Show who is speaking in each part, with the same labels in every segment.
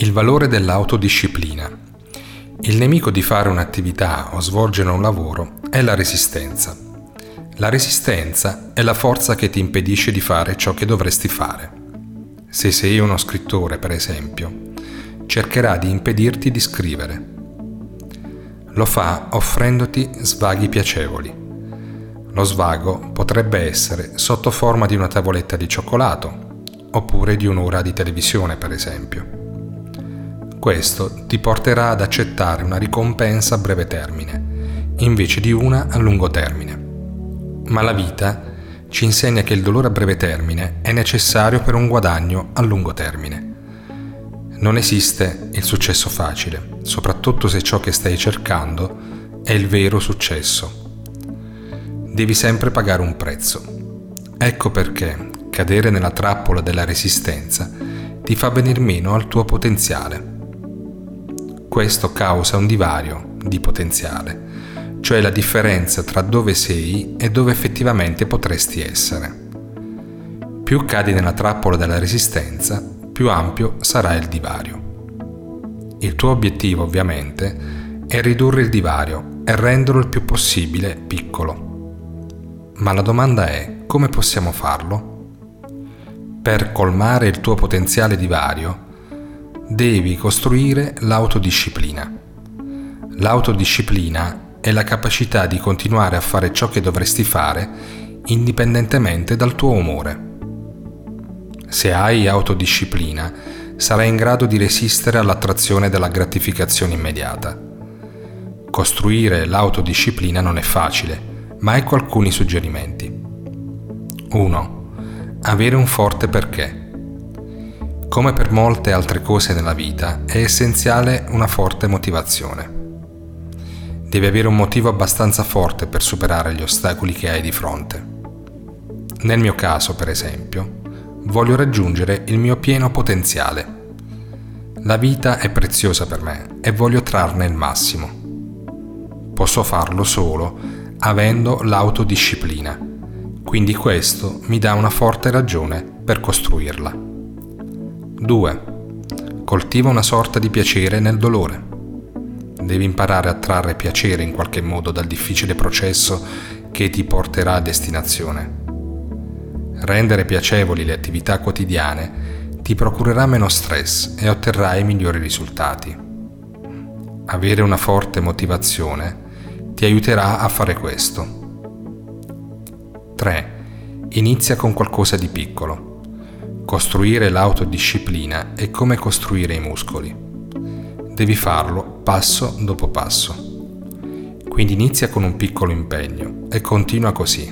Speaker 1: Il valore dell'autodisciplina. Il nemico di fare un'attività o svolgere un lavoro è la resistenza. La resistenza è la forza che ti impedisce di fare ciò che dovresti fare. Se sei uno scrittore, per esempio, cercherà di impedirti di scrivere. Lo fa offrendoti svaghi piacevoli. Lo svago potrebbe essere sotto forma di una tavoletta di cioccolato, oppure di un'ora di televisione, per esempio. Questo ti porterà ad accettare una ricompensa a breve termine, invece di una a lungo termine. Ma la vita ci insegna che il dolore a breve termine è necessario per un guadagno a lungo termine. Non esiste il successo facile, soprattutto se ciò che stai cercando è il vero successo. Devi sempre pagare un prezzo. Ecco perché cadere nella trappola della resistenza ti fa venir meno al tuo potenziale. Questo causa un divario di potenziale, cioè la differenza tra dove sei e dove effettivamente potresti essere. Più cadi nella trappola della resistenza, più ampio sarà il divario. Il tuo obiettivo, ovviamente, è ridurre il divario e renderlo il più possibile piccolo. Ma la domanda è: come possiamo farlo? Per colmare il tuo potenziale divario, devi costruire l'autodisciplina. L'autodisciplina è la capacità di continuare a fare ciò che dovresti fare indipendentemente dal tuo umore. Se hai autodisciplina, sarai in grado di resistere all'attrazione della gratificazione immediata. Costruire l'autodisciplina non è facile, ma ecco alcuni suggerimenti. 1. Avere un forte perché. Come per molte altre cose nella vita, è essenziale una forte motivazione. Devi avere un motivo abbastanza forte per superare gli ostacoli che hai di fronte. Nel mio caso, per esempio, voglio raggiungere il mio pieno potenziale. La vita è preziosa per me e voglio trarne il massimo. Posso farlo solo avendo l'autodisciplina, quindi questo mi dà una forte ragione per costruirla. 2. Coltiva una sorta di piacere nel dolore. Devi imparare a trarre piacere in qualche modo dal difficile processo che ti porterà a destinazione. Rendere piacevoli le attività quotidiane ti procurerà meno stress e otterrai migliori risultati. Avere una forte motivazione ti aiuterà a fare questo. 3. Inizia con qualcosa di piccolo. Costruire l'autodisciplina è come costruire i muscoli. Devi farlo passo dopo passo. Quindi inizia con un piccolo impegno e continua così.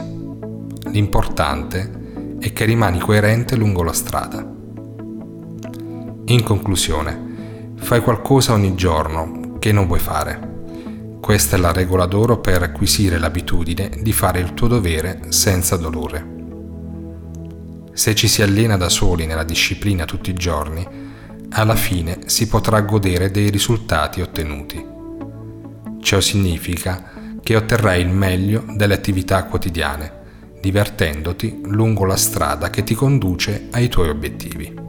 Speaker 1: L'importante è che rimani coerente lungo la strada. In conclusione, fai qualcosa ogni giorno che non vuoi fare. Questa è la regola d'oro per acquisire l'abitudine di fare il tuo dovere senza dolore. Se ci si allena da soli nella disciplina tutti i giorni, alla fine si potrà godere dei risultati ottenuti. Ciò significa che otterrai il meglio delle attività quotidiane, divertendoti lungo la strada che ti conduce ai tuoi obiettivi.